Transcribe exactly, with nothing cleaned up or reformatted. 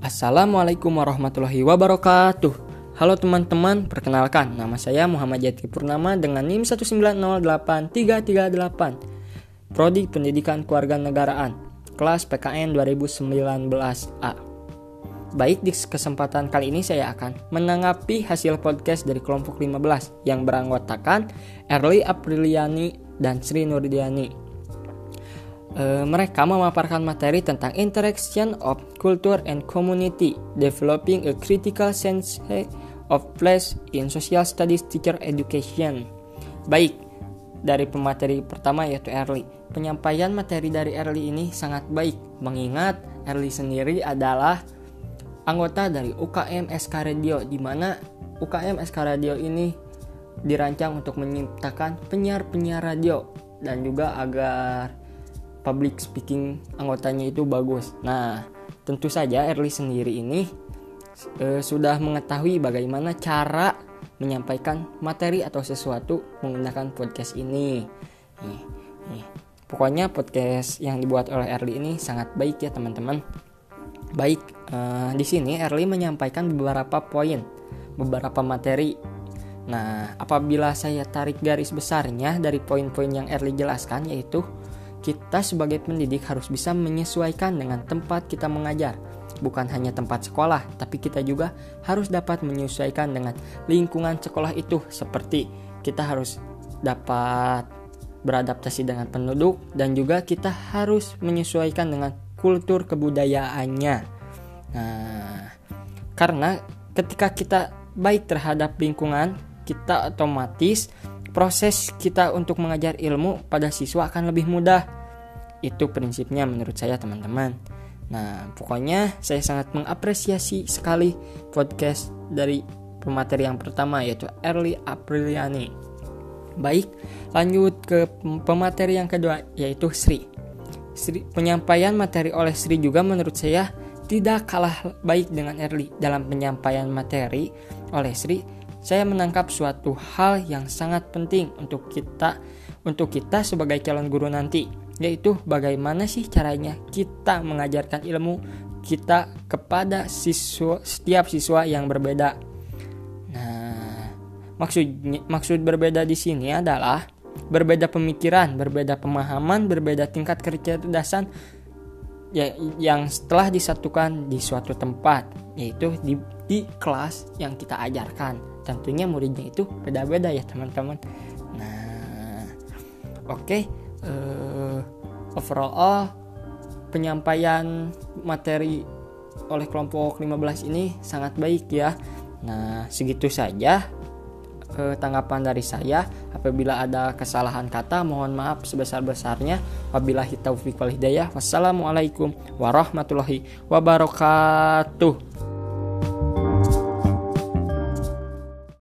Assalamualaikum warahmatullahi wabarakatuh. Halo teman-teman, perkenalkan nama saya Muhammad Jati Purnama dengan N I M satu sembilan nol delapan tiga tiga delapan, Prodi Pendidikan Kewarganegaraan, kelas P K N dua ribu sembilan belas A. Baik, di kesempatan kali ini saya akan menanggapi hasil podcast dari kelompok lima belas yang beranggotakan Erly Apriliani dan Sri Nurdiani. E, mereka memaparkan materi tentang interaction of culture and community, developing a critical sense of place in social studies teacher education. Baik, dari pemateri pertama yaitu Erly. Penyampaian materi dari Erly ini sangat baik, mengingat Erly sendiri adalah anggota dari U K M S K Radio, di mana U K M S K Radio ini dirancang untuk menciptakan penyiar-penyiar radio dan juga agar public speaking anggotanya itu bagus. Nah, tentu saja Erly sendiri ini e, sudah mengetahui bagaimana cara menyampaikan materi atau sesuatu menggunakan podcast ini. Nih, nih. Pokoknya podcast yang dibuat oleh Erly ini sangat baik ya teman-teman. Baik, e, di sini Erly menyampaikan beberapa poin, beberapa materi. Nah, apabila saya tarik garis besarnya dari poin-poin yang Erly jelaskan, yaitu kita sebagai pendidik harus bisa menyesuaikan dengan tempat kita mengajar. Bukan hanya tempat sekolah, tapi kita juga harus dapat menyesuaikan dengan lingkungan sekolah itu. Seperti kita harus dapat beradaptasi dengan penduduk dan juga kita harus menyesuaikan dengan kultur kebudayaannya. Nah, karena ketika kita baik terhadap lingkungan, kita otomatis proses kita untuk mengajar ilmu pada siswa akan lebih mudah. Itu prinsipnya menurut saya teman-teman. Nah, pokoknya saya sangat mengapresiasi sekali podcast dari pemateri yang pertama yaitu Erly Apriliani. Baik, lanjut ke pemateri yang kedua yaitu Sri. Sri. Penyampaian materi oleh Sri juga menurut saya tidak kalah baik dengan Erly. Dalam penyampaian materi oleh Sri, saya menangkap suatu hal yang sangat penting untuk kita untuk kita sebagai calon guru nanti, yaitu bagaimana sih caranya kita mengajarkan ilmu kita kepada siswa, setiap siswa yang berbeda. Nah, maksud maksud berbeda di sini adalah berbeda pemikiran, berbeda pemahaman, berbeda tingkat kecerdasan ya, yang setelah disatukan di suatu tempat, yaitu di, di kelas yang kita ajarkan. Tentunya muridnya itu beda-beda ya teman-teman. Nah, oke, okay, uh, overall penyampaian materi oleh kelompok lima belas ini sangat baik ya. Nah, segitu saja uh, tanggapan dari saya. Apabila ada kesalahan kata, mohon maaf sebesar-besarnya. Wabillahi taufiq wal hidayah. Wassalamualaikum warahmatullahi wabarakatuh.